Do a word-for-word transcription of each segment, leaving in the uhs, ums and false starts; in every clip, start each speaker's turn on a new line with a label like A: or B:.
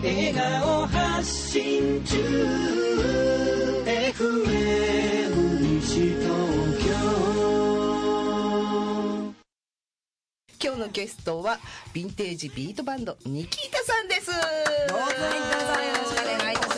A: 笑顔発信中 エフエム 西東京。
B: 今日のゲストはヴィンテージビートバンドニキータさんです。どうぞ
C: どうぞよろしくお願いいたし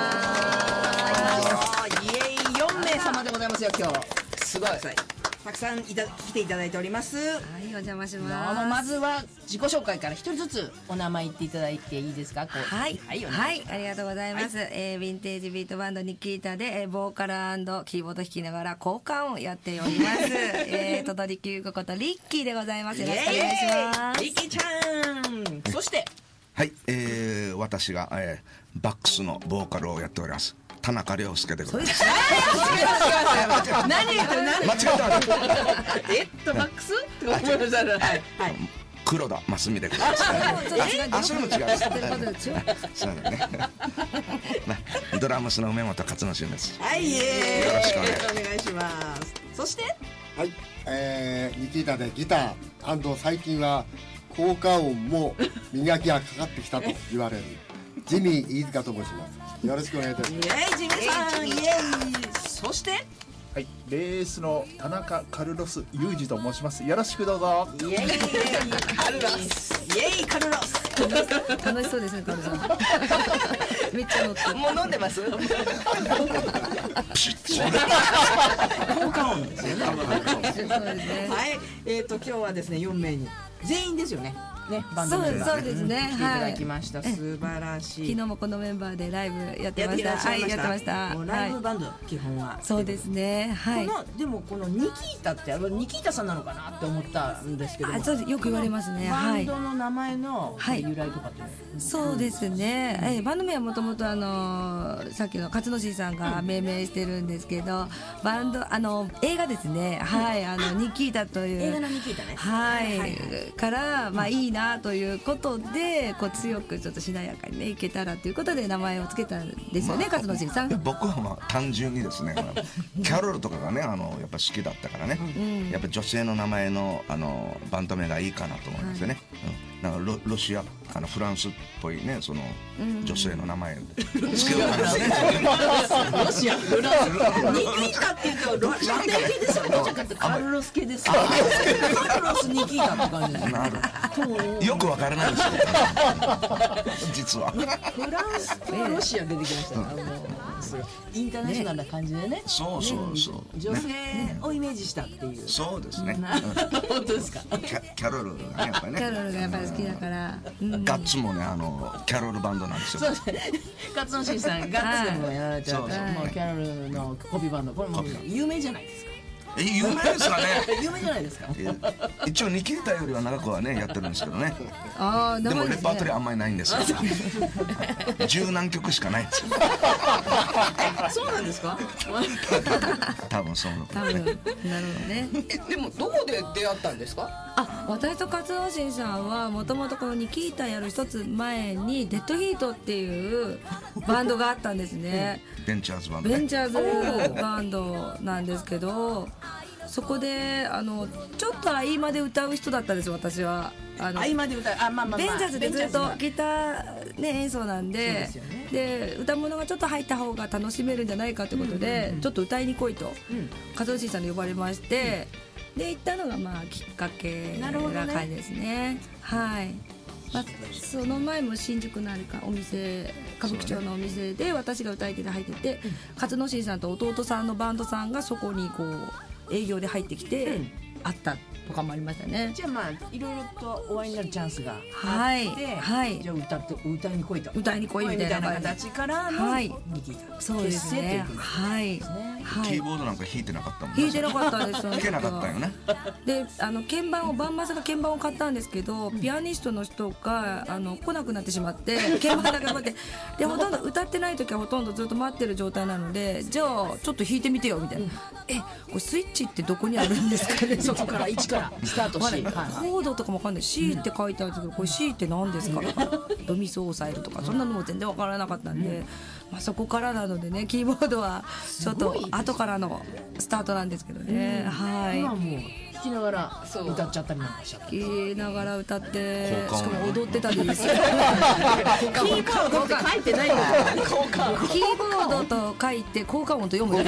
C: ます。イエイよんめい様でございますよ今日。すごい。たくさんいた来ていただいております。
D: はい、お邪魔します。
C: どうもまずは自己紹介から一人ずつお名前言っていただいていいですか。
D: はい、
C: はい、
D: はい、ありがとうございます。はい、えー、ヴィンテージビートバンドニキータで、えー、ボーカル&キーボード弾きながら効果音をやっております。えー、とどりきゆうこことリッキーでございます。よろしくお願いします。
C: リッキーちゃん。そして
E: はい、えー、私が、えー、バックスのボーカルをやっております田中亮介でございます。
C: 何言ってる何
E: 間違えた。
C: えっとバックスって思いましたね。はいはい。
E: 黒田真澄でございます。あ、それも違う。そうだね。ドラムスの梅本勝之進です。
C: はい、イエーイ。
E: よろしく
C: お願いします。そして
F: はい、えー、ニキータでギター&最近は効果音も磨きがかかってきたと言われるジミー飯塚と申します。よろしくお願いいたします。
C: イエーイジミーさん、イエーイ。そして
G: はい、ベースの田中カルロスユージと申します。よろしくどうぞ。
C: イエーイカルロス、イエーイカルロス。
D: 楽しそうですね、カルロス。めっちゃ乗って。
B: もう飲んでます。
C: 効果音ですよね。
D: そうですね。
C: はい、えっと今日はですねよんめいに全員ですよね。ね、バンドメンバー
D: そうですね。
C: 来ていただきました。素晴らしい。
D: 昨日もこのメンバーでライブやってました。はい、やってました。
C: もうライブバンド基本は。
D: そうですね。はい。
C: このでもこのニキータってあのニキータさんなのかなって思ったんですけど。
D: あ、そうです。よく言われますね。
C: バンドの名前の由来とかって。
D: そうですね。え、バンド名はもともとあのさっきの勝之進さんが命名してるんですけど、バンドあの映画ですね。はい、あのニキータという
C: 映画のニキータね。
D: はい。からまあいいなということでこう強くちょっとしなやかにねいけたらということで名前をつけたんですよね、勝之進さん。
E: 僕はまあ単純にですね、キャロルとかがねあのやっぱ好きだったからね、やっぱ女性の名前のあのバンド名がいいかなと思いますよね。なんか ロ, ロシアあのフランスっぽいねその女性の名前つけようかなね。
C: ロシアフランスニキータっていうとラテン系ですよね。どっちかってカルロス系ですよ。カルロスニキータって感じです。
E: なるよくわからないですよ実は。
C: フランスとロシア出てきましたね。インターナショナルな感じでね。
E: そうそうそう。
C: 女性をイメージしたっていう。
E: そうですね。
C: 本当ですか。
E: キャロルがねやっぱりね。
D: キャロルがやっぱり好きだから。
E: ガッツもねあのキャロルバンドなんですよ。
C: そうですね。勝之進さんガッツでもやられちゃう。もうキャロルのコピーバンドこれも有名じゃないですか。
E: え有名ですかね。
C: 有名じゃないですか。
E: 一応ニキータよりは長くはねやってるんですけどね。
D: ああ、
E: でもレパートリーあんまりないんですよ。十何曲しかないんですよ。
C: そうなんですか。
E: 多分そうの。
D: 多分なるほどね。
B: えでもどこで出会ったんですか。
D: あ、私と勝之進さんはもともとこのニキータやる一つ前にデッドヒートっていうバンドがあったんですね。
E: ベンチャーズバンド、
D: ね、ベンチャーズバンドなんですけど、そこであのちょっと合間で歌う人だったんですよ私は。あの
C: 合間で歌う、あ、まあまあまあ、
D: ベンチャーズでずっとギター、ね、演奏なんで、そうですよね。で歌物がちょっと入った方が楽しめるんじゃないかということで、うんうんうん、ちょっと歌いに来いと、うん、勝之進さんに呼ばれまして、うん、で行ったのがまあきっかけな感じですね。はい。まあ、その前も新宿のあれかお店歌舞伎町のお店で私が歌い手で入ってて、うん、勝之進さんと弟さんのバンドさんがそこにこう営業で入ってきて、うん、会ったとかもありましたね。
C: じゃあまあいろいろとお会いになるチャンスがあって、
D: はいはい、
C: じゃあ歌って歌いに来いと
D: 歌いに来いみたいな
C: 形からの、はい、ニキータ
D: そうですね。はい、
E: はい、キーボードなんか弾いてなかったもんね。
D: 弾いてなかったです
E: 弾けなかったよね。
D: であの鍵盤をバンマスが鍵盤を買ったんですけど、ピアニストの人があの来なくなってしまって鍵盤だけ持ってでほとんど歌ってない時はほとんどずっと待ってる状態なので、じゃあちょっと弾いてみてよみたいな、うん、えこれスイッチってどこにあるんですかね
C: そこから一からスタートし、
D: コードとかも分かんない。 C って書いてあるんですけど、これ C って何ですかとかドミソを押さえるとかそんなのも全然分からなかったんで、まあ、そこからなのでね、キーボードはちょっと後からのスタートなんですけどね。はい、
C: 今もうきながら
B: そう
C: 歌っちゃったりなんかしちゃった。
D: 聴きながら歌って
E: 効果音
D: しかも踊ってたりする
C: キーボードって書いてないんだから。
D: キーボードと書いて効果音と読む
E: ギ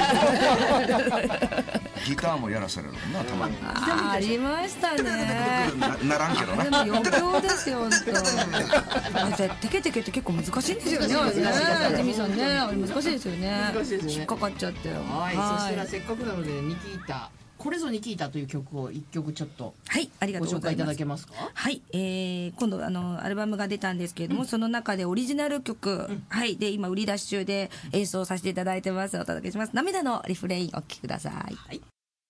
E: ターもやらされるもんなたまに。
D: あありましたね
E: なならんけどな。
D: でも余興ですよ、本当。あれテケテケって結構難しいんですよね。あれね、ジミーさんね、あれ難しいですよね。
C: 難しいですよね
D: 引っかかっちゃって。
C: はい、そしたらせっかくなのでニキータ、これぞニキータという曲を一曲ちょっと
D: はい、ありが
C: ご紹介いた
D: とうございます。
C: だけますか。
D: はい、えー、今度あのアルバムが出たんですけれども、その中でオリジナル曲、はいで今売り出し中で演奏させていただいてます。お届けします。涙のリフレインお聴きください。
C: はい。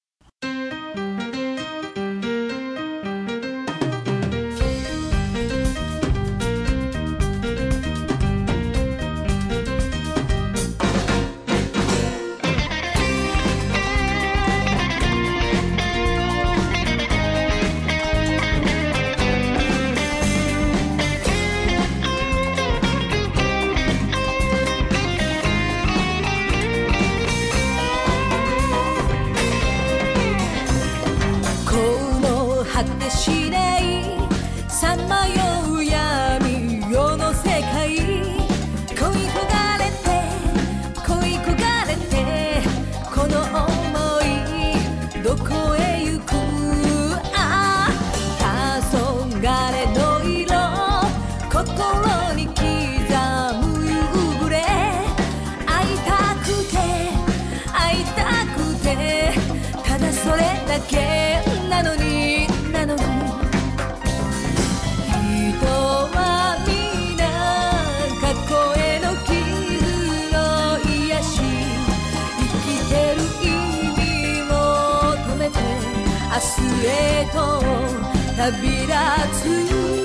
D: 果てしないさまよう闇夜の世界、恋焦がれて恋焦がれてこの想いどこへ行く、ああ黄昏の色心に刻む夕暮れ、会いたくて会いたくてただそれだけなのになのに、人は皆過去への傷を癒し、生きてる意味を求めて明日へと旅立つ、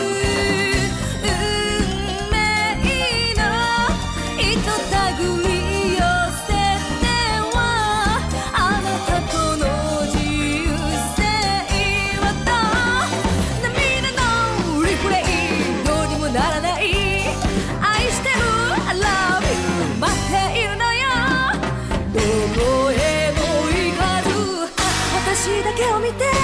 D: 運命の糸たぐり寄せてはあなたとの自由性はと涙のリフレインどうにもならない、愛してる I love you 待っているのよ、どこへも行かず私だけを見て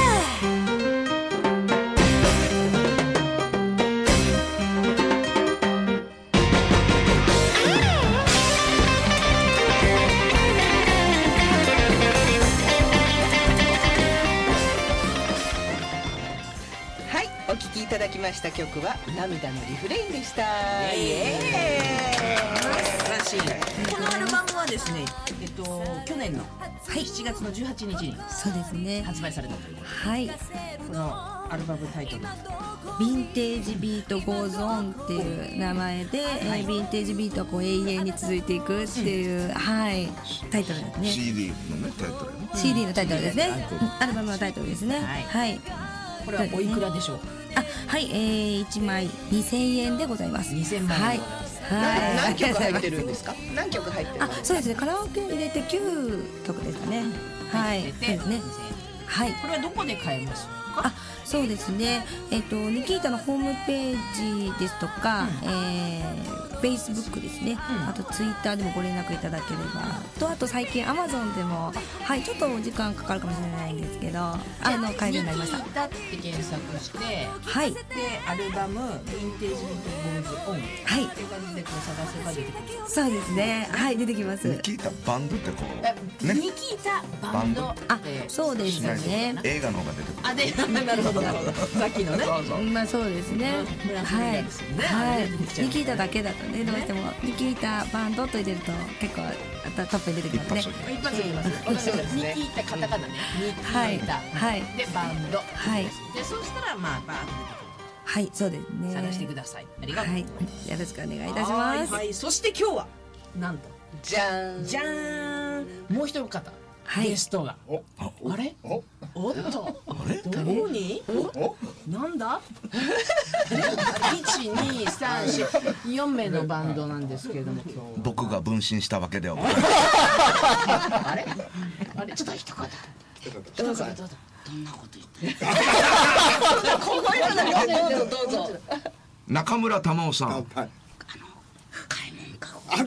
B: はいお聴きいただきました曲は涙のリフレインでした。
C: イエーイ素晴らしい。このアルバムはですね、えっと去年のしちがつのじゅうはちにちに
D: そうですね、
C: 発売されたというこ
D: はい
C: とで、このアルバムタイトル
D: ヴィンテージビートゴーゾーンっていう名前で、えーヴィンテージビートはこう永遠に続いていくっていう、はいタイトルですね。
E: シーディー のねタイトルやね。
D: シーディー のタイトルですね。アルバムのタイトルですね。
C: はい
D: はい。
C: これはおいくらでしょうか。
D: あ、はい、えー、いちまいにせんえんでございます。
C: にせんまん円
D: はい
C: でございます。
D: はい。
B: 何曲入ってるんですか？何曲入ってる
D: あ
B: の？、
D: そうですね。カラオケ入れてきゅうきょくですかね。はい。
C: 入れて
D: そうですね。はい。
C: これはどこで買えますか。
D: あ、そうですね。えっ、とニキータのホームページですとか、えー、Facebook ですね、
C: ん
D: あと Twitter でもご連絡いただければと、あと最近 Amazon でも、はい、ちょっとお時間かかるかもしれないんですけど、あの買えるようになりました
C: ニキータって検索して、
D: はい
C: でアルバムヴィンテージビートゴーズオン
D: はい
C: っていう感じでこう探せば出てくる。
D: そうですね、はい出てきます。
E: 聞いたバンドってこ
C: え
E: うね
C: ニキータバンド
D: あ
C: って
D: そうですよね。
E: 映画の方が出てくる。
C: あでなるほどなるほどさっきのね
E: そうそう。
D: まあそうですね。
C: うん村上
D: はい。
C: ですよね
D: はい。
C: 出てきちゃう
D: ニキータだけだとね、どうしてもニキータバンドと入れると結構トップに出てきますね。
E: 一発
C: 一発で言います。わかりました。ニキータカタカナね。ニキータ
D: はい
C: でバンド
D: はい
C: でそうしたらまあバーッと出て
D: はい、そうです
C: くる。
D: ね。
C: 探してください。ありがとう
D: はい、よろしくお願いいたします。
C: はいはい。そして今日はなんと
B: じゃーん。
C: じゃーんもう一方
D: はい
C: ゲストが
G: お
C: あれ
G: お
C: おっと
E: あれ
C: どこに
G: お
C: なんだいちにさんしよんめいのバンドなんですけれども今日は
E: 僕が分身したわけでは。
C: あれあれちょっと一言
B: どうぞ。
C: どうぞどんなこと言って
B: 小声なのにどうぞどうぞ。
E: 中村玉緒さん。
F: はい
C: 買い物かご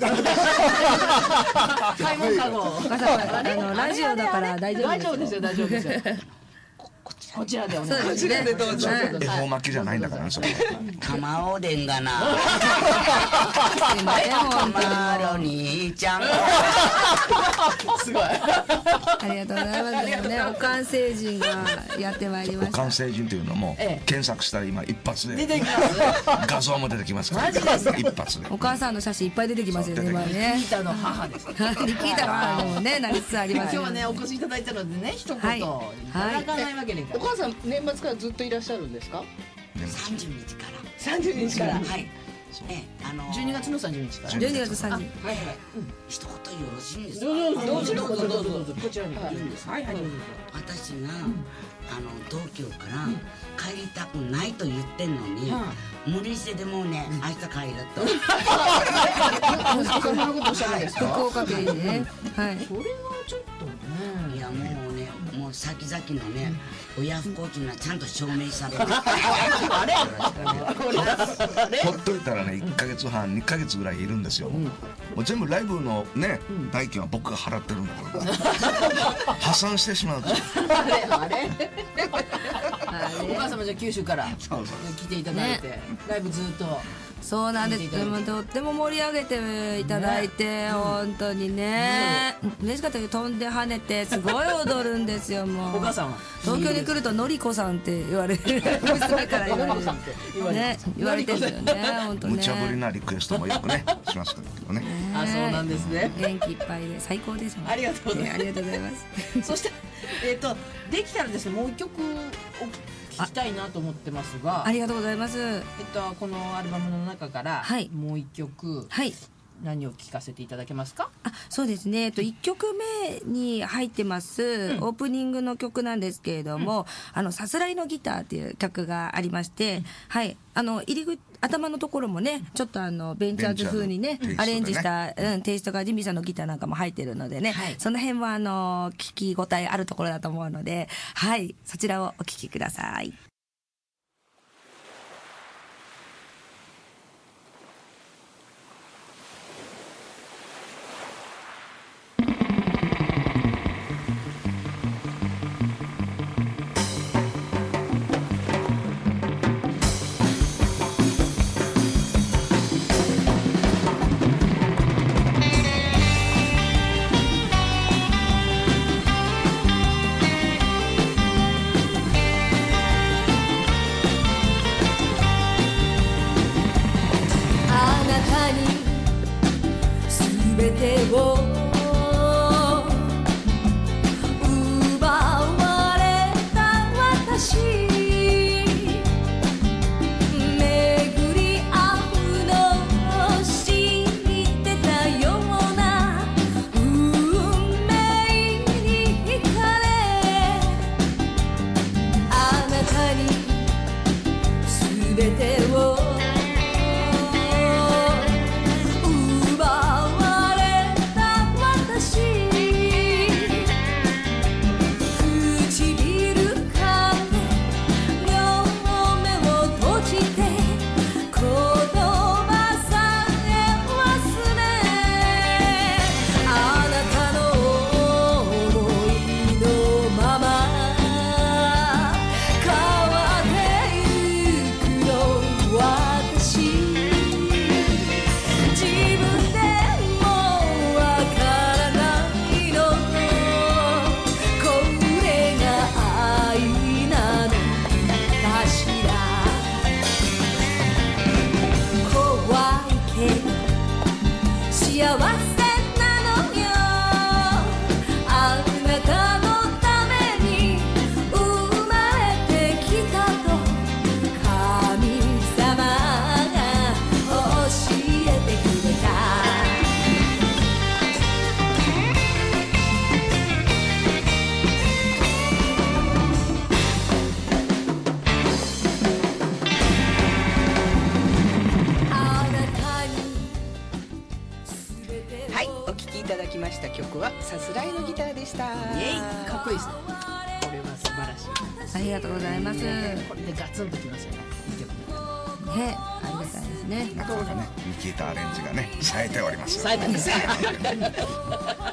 C: 買い物かご
D: お母さんこれあのラジオだから大丈夫
C: 大丈夫ですよ大丈夫ですよこちらでお願いします。
D: そうですね。どうぞ。
E: 恵方巻きじゃないんだからねそれは。
H: 玉おでんがな。
D: すいません本当に。
H: マロニーちゃん。
C: すごい。
D: ありがとうございますね。おかん星人がやってまいりました。
E: 完成人というのも
C: ええ
E: 検索したら今一発で
C: 出てきます
E: 画像も出てきますから
C: マジですか
E: 一発で。
D: お母さんの写真いっぱい出てきますよね
E: そう
D: 今ね
C: ニ。キータの母です。
D: ニキータの母でもねなりつつありますよ
C: 今日はねお越しいただいたのでね一言い
D: はい
C: ただかないわけにいかない。
B: お母さん年末からずっといらっしゃるんですか？
H: 三十日から。
B: さんじゅうにちから。
H: はい。え、あの
C: じゅうにがつのさんじゅうにちから。
D: じゅうにがつさんじゅう。
H: はいはい。一言よろしいんですか。
C: どうぞどうぞどうぞどうぞどうぞこちらに。はいはいはい。
H: 私が、あの東京から帰りたくないと言ってんのに、無理してでもね明日帰ると。
C: そんなことおっしゃるんですか？
D: 福岡県にね。はい。
C: それはちょっとね。
H: いやもうね、もう先々のね、親不孝っていうのはちゃんと証明される。
C: あれ？
E: ほっといたらねいっかげつはんにかげつぐらいいるんですよ。もう全部ライブのね代金は僕が払ってるんだから破産してしまうと。
C: あれあれ？お母様じゃ九州から
E: そうそう
C: 来ていただいてライブずっと。
D: そうなんです。でもとっても盛り上げていただいて、本当にね、嬉しかったけど飛んで跳ねてすごい踊るんですよもう。
C: お母さんは
D: 東京に来るとのりこさんって言われる娘から言われるね言われてるんですよね本当ね。
E: 無茶ぶりなリクエストもよくねしますけどね。
C: あ、そうなんですね。
D: 元気いっぱいで最高です。
C: ありがとうございます。
D: ありがとうございます。
C: そしてえっとできたらですねもう一曲お聞きたいなと思ってますが。
D: ありがとうございます。
C: えっとこのアルバムの中から
D: はい
C: もう一曲
D: はい。
C: 何を聴かせていただけますか？
D: あ、そうですね。えっといっきょくめに入ってます、オープニングの曲なんですけれども、あのさすらいのギターっていう曲がありまして、はい、あの入り口頭のところもね、ちょっとあのベンチャーズ風にね
E: ベンチャーの
D: アレンジしたうんテイストがジミーさんのギターなんかも入ってるのでね、
C: はい
D: その辺はあの聞き応えあるところだと思うので、はいそちらをお聞きください。あなたに全てを奪われた私、巡り合うのを知ってたような運命に惹かれ、あなたに全てを奪われた私、唇かんで両目を閉じて言葉さえ忘れ、あなたの想いのまま変わってゆくの私、自分でもわからないの、これが愛なのかしら、怖いけど幸せなのよ、あなたのために生まれてきたと神様が教えてくれた。あなたに全てを
B: はい、お聴きいただきました曲はさすらいのギターでした。
C: イエイかっこいいですね。これは素晴らしい。
D: ありがとうございます。ね、
C: これでガツンときますよね。いい曲ね
D: ありがたいですね。
E: なかなかねニキータアレンジがね冴えております。
C: 冴えてます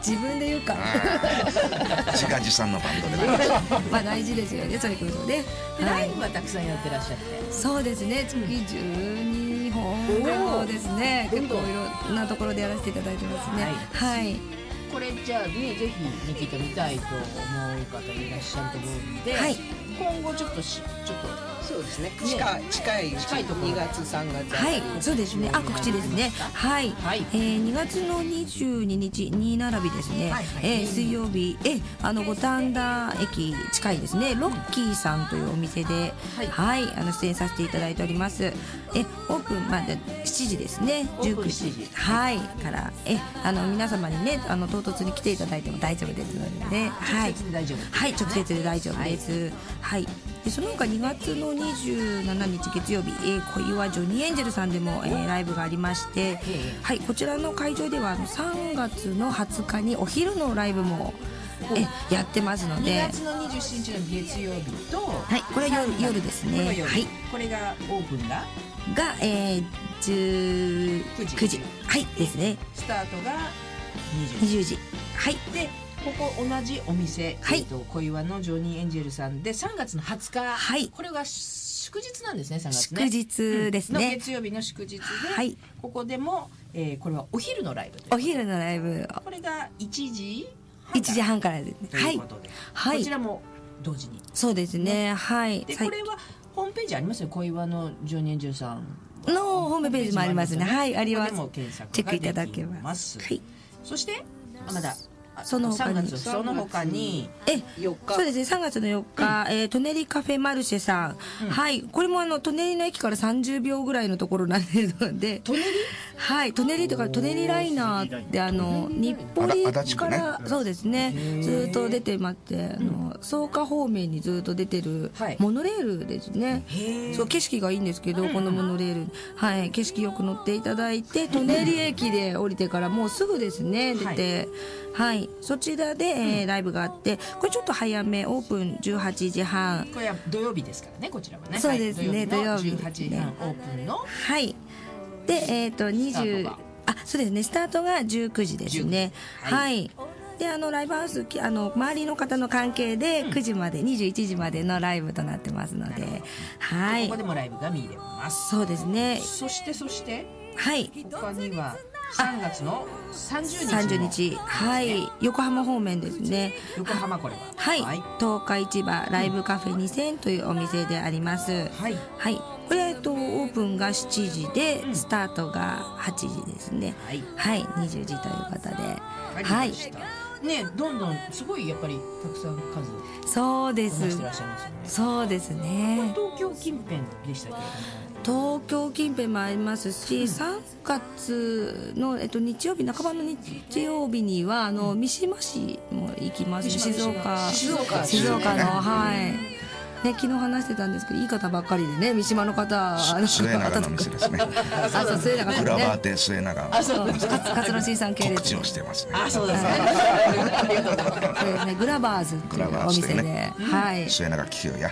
D: 自分で言うか
E: 自画自賛のバンドでございます。
D: まあ大事ですよね、そういうことね。
C: ライブはたくさんやってらっしゃって、
D: そうですね、月じゅうにほんぐらいですね、結構いろんなところでやらせていただいてますね。はい、
C: これじゃあね、ぜひニキータ見たいと思う方いらっしゃると思うんで、
D: はい、
C: 今後ちょっとしちょっと
B: そうですね。近い近い
C: 近いところ
B: にがつさんがつ。
D: はい、そうですね。あ、告知ですね。はい。
C: はい
D: えー、にがつのにじゅうににちに並びですね。
C: はいはい
D: えー、水曜日えあの五反田駅近いですね。ロッキーさんというお店で、
C: はい
D: はい、あの出演させていただいております。えオープンまでしちじですね。
C: オープン
D: じゅうく
C: しちじ
D: はいからえあの皆様にねあの唐突に来ていただいても大丈夫ですのでね。はい。
C: 直接で大丈夫。
D: はい、直接で大丈夫です。はい。でその他にがつのにじゅうしちにち月曜日、えー、小岩ジョニーエンジェルさんでも、えー、ライブがありまして、はい、こちらの会場ではあのさんがつのはつかにお昼のライブもえやってますの
C: に
D: で、
C: がつのにじゅうしちにちの月曜日と、
D: はい、これは夜夜ですね。
C: これが夜、
D: はい、
C: これがオープンが
D: が、えー、じゅうくじ、はいですね。
C: スタートがにじゅう
D: にじゅうじ、はい。
C: でここ同じお店、
D: はい
C: えーと小岩のジョニーエンジェルさんでさんがつのはつか、
D: はい
C: これが祝日なんですね、さんがつね。
D: 祝日ですね
C: うんの月曜日の祝日で、
D: はい
C: ここでも、えーこれはお昼のライブという
D: お昼のライブ
C: これがいちじ
D: いちじはんからですね。
C: と
D: はいいう
C: ことで、
D: はい
C: こちらも同時に。
D: そうですね。はい。
C: で
D: さい
C: これはホームページありますよ、小岩のジョニーエンジェルさん
D: のホームページもありますね。はい、あります。
C: ここでも検索が
D: チェックいただけ
C: でき
D: ま。
C: ますす
D: はい。
C: そしてあまだあ
D: その他に
C: さんがつその他に
D: え、
B: よっか
D: そうですね。さんがつのよっか、えー、トネリカフェマルシェさん、はい、これもあのトネリの駅からさんじゅうびょうぐらいのところなんですので、
C: トネリ
D: はい、トネリとかトネリライナーってあの日暮里
E: あだ足立区ね
D: からそうですね、ずっと出てまってあの草加方面にずっと出てる
C: はい
D: モノレールですね。そう景色がいいんですけど、このモノレール、はい景色よく乗っていただいて、トネリ駅で降りてからもうすぐですね出て。はい、そちらで、えーライブがあって、これちょっと早め、オープンじゅうはちじはん、
C: これは土曜日ですからね、こちらはね。
D: そうですね
C: はい土曜日の
D: 土曜日
C: じゅうはちじはんオープンの
D: はい。で、えっ、と、にじゅう
C: スタートが、
D: あ、そうですね、スタートがじゅうくじですね。
C: じゅうくじ
D: は。
C: はい
D: で、あの、ライブハウス、きあの、周りの方の関係で、くじまで、にじゅういちじまでのライブとなってますので、はい
C: ここで。もライブが見れます。
D: そうですね。
C: そしてそして
D: はい。
C: 他にはさんがつのさんじゅうにちも
D: さんじゅうにち、はい。横浜方面ですね。
C: 横浜、これは
D: はい、
C: はい、
D: 東海市場ライブカフェにせんというお店であります。
C: はい
D: はい。これ、えっと、オープンがしちじで、スタートがはちじですね。
C: はい
D: はい、にじゅうじということで。
C: わかり
D: はい
C: まし。たね、どんどんすごいやっぱりたくさん数
D: そうです
C: こなしてらっしゃいますよね。
D: そうですね。
C: 東京近辺でしたけれ
D: 東京近辺もありますし、さんがつの、えっと、日曜日、半ばの日曜日には、あの、三島市も行きます。
C: 三島
D: 静岡。
C: 静岡
D: 静岡の、はい。ね、昨日話してたんですけど、いい方ばっかりでね、三島の方。あの
E: 末永の店ですね。
D: あ、そう、末永さん
E: グラバー
D: ね。
E: 亭末永
D: そう、勝野新さん系列。
E: 告知をしてますね。
C: ども。あ、そうですね。ありがとうございます。
D: そうですね、グラバーズっていうお店で、はい。
E: 末永聞けよや。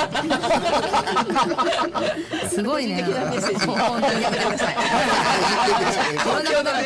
D: すごいね。
C: 的なメッセージ
D: 本当に
C: やめてください。
D: そんなことない。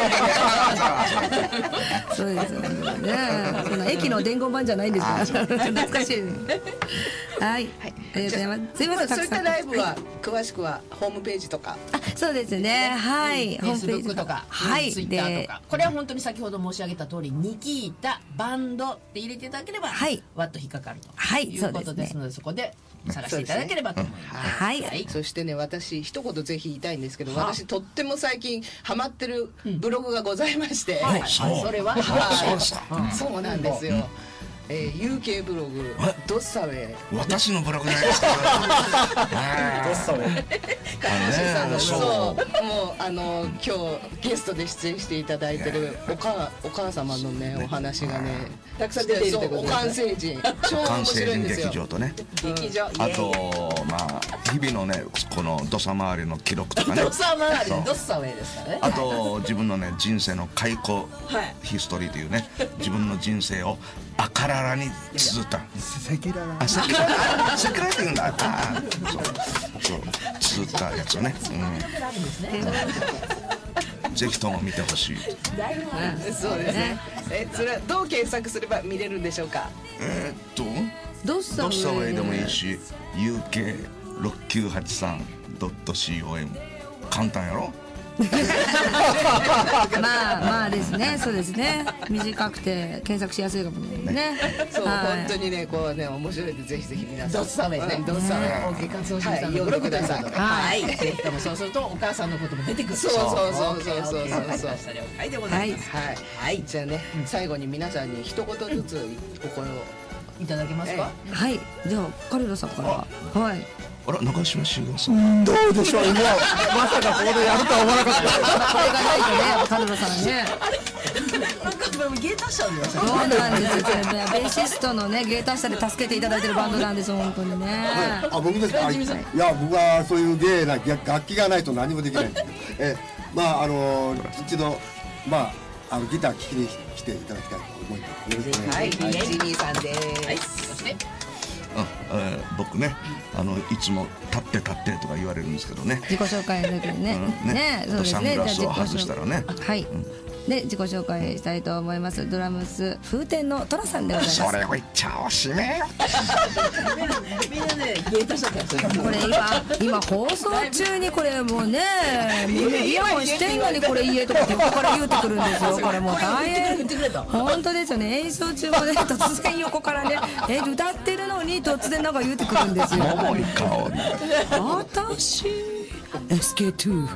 D: そうですよね。その駅の伝言板じゃないんですよ。懐かしい。はい。ありがとうございます。すみません。
B: そういったライブは
D: た
B: 詳しくはホームページとか。
D: あ、そうですね。はい。
C: フェイスブックとか、
D: はい。
C: ツイッターとか、これは本当に先ほど申し上げた通り、ニキータバンドって入れていただければ、
D: はい
C: わっと引っかかると、
D: はい
C: いうことですので、そこで探していただければと思います。
D: はい
C: はい。
B: そしてね、私一言ぜひ言いたいんですけど、
C: はあ
B: 私とっても最近ハマってるブログがございまして、
C: はいはい
E: そう
C: それは、
E: そうですか。
B: そうなんですよ。えー、ユーケー ブログドッサウェイ
E: 私のブログじゃないですか。
G: どうしたの？
B: 金橋さんの、
E: そう
B: そうもうあの今日ゲストで出演していただいてるおかお母様のねお話がね
C: たくさん出ているということですね
B: そうお完成人超面
E: 完成人
B: 白いんですよ
E: 劇場とね。
B: 劇場
E: あとまあ日々のねこの土佐回りの記録とかね
C: ドッ。サー周り
E: そう
C: でドッサウェイですからね。
E: あと自分のね人生の開口
C: はい
E: ヒストリーというね自分の人生を赤裸々に綴った
G: 赤裸々
E: あ赤裸々赤裸々って言うんだあそうそう綴ったやつをね、うん、
C: あるんですね。
E: ぜひとも見てほしい。
B: そうですね。え、それはどう検索すれば見れるんでしょうか。
E: えー、っと
D: ドッサウ
E: ドッサウェイ
D: ェイ
E: でもいいし ユーケーろくきゅうはちさんドットコム 簡単やろ。
D: まあまあですね、そうですね。短くて検索しやすいかもね。
B: そう、
D: はい
B: 本当にね、こうね、面白いんで、ぜひぜひ皆さん。
C: ドッサウェイね
B: うんドッサウェイ。
C: 大木勝夫さんの
B: はい
C: ブログということで、
B: 読んでくだ
C: はい、ぜひともそうするとお母さんのことも出てくる。
B: そうそうそうそうそうそうそう。
C: はい、でございます。
B: はい、はい、じゃあね、最後に皆さんに一言ずつお声を。
C: いただけますか。
D: はい、じゃあカルロさんから。はい。
E: あら、中島茂さん。
G: どうでしょう、今まさかここでやるとは思わなかった。
D: これがないとね、カルロさんね。
C: なんか芸達者で
D: そうなんですよ。ベーシストのね、芸達者で助けていただいてるバンドなんです本当にね。
F: あ、僕ですか。いや、僕はそういう芸な楽器がないと何もできないんです。え、まああの一度まああのギター聴きに来ていただきたいと思います。よろしくお願いします。
B: はい、ジミーさんです。はい、そして
E: あ、えー、僕ね、あのいつも立って立ってとか言われるんですけどね。
D: 自己紹介だけどね。
E: うん
D: ね、そうです
E: サン
D: ね。
E: グラスを
D: じゃあ
E: 外したらね。
D: はい。で自己紹介したいと思います。ドラムス風天のトラさんでございます。
E: それを言っちゃおしめよ。
C: みんなね、芸達者だよ。
D: これ今今放送中にこれもうね、みんなイヤホンしてんのにこれ家とかって横から言うてくるんですよ。これもう大変。本当ですよね。演奏中もね、突然横からね、え歌ってるのに突然なんか言うてくるんですよ。
E: 重い顔に。
D: 私エスケーツー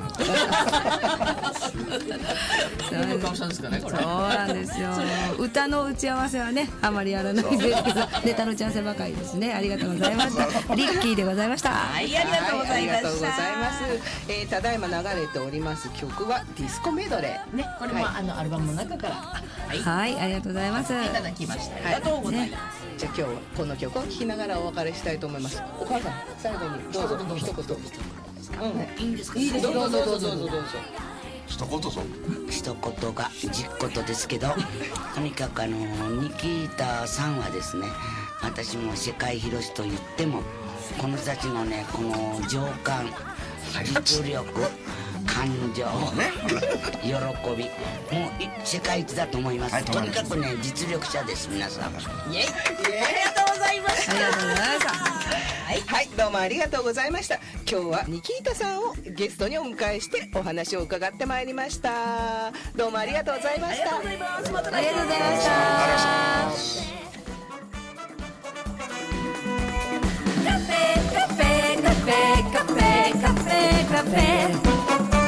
C: いい顔したんですかね、これ。
D: そうなんですよ。歌の打ち合わせはね、あまりやらないですけど、ネタの打ち合わせばかりですね。ありがとうございました。リッキーでございました。
C: はい、ありがとうございま
B: はいありがとうござい
C: した。
B: ます。えー、ただいま流れております曲はディスコメドレー。
C: ね、これもあのアルバムの中から。はい、い
D: はい、ありがとうございます。
C: ただきました。ありがとうございます。
B: じゃあ今日はこの曲を聴きながらお別れしたいと思います。お母さん、最後にどうぞ一言。うん、いいんですか。いいです。どうぞどうぞどうぞどうぞ。
E: 一言ぞ。
H: 一言がじっことですけど、とにかくあのニキータさんはですね、私も世界広しと言ってもこの人たちのね、この情感、実力、感情、喜び、もうい世界一だと思います。とにかくね、実力者です、皆さん。
C: イエイ、ありがとうございました。
D: ありがとうございました。
B: はい、はい、どうもありがとうございました。今日はニキータさんをゲストにお迎えしてお話を伺ってまいりました。どうもありがとうございました。
C: ありがとうございます。また
D: ありがとうございました。カフェカフェカフェカフェカフェカフェ。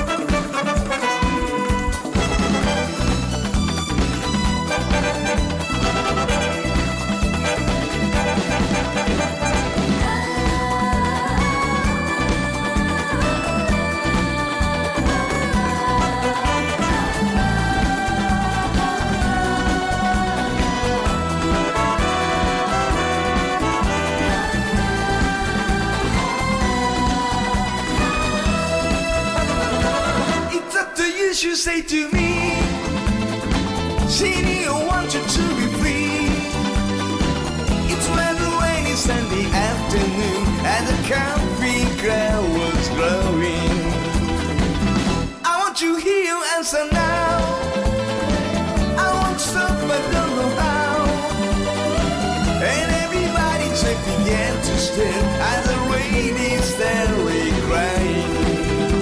A: You say to me, Senior, want you to be free. It's when the rain is Sunday afternoon and the coffee crowd was growing. I want you here, you answer now. I want to stop, but don't know how. And everybody checking in to stare as the rain is steadily crying.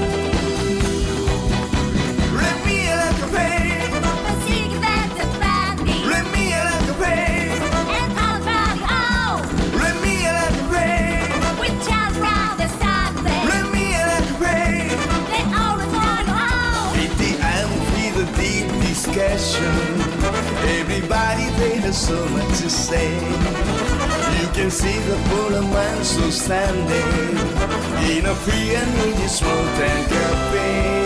A: Everybody they have so much to say. You can see the poor man so standing in a free and easy small town cafe.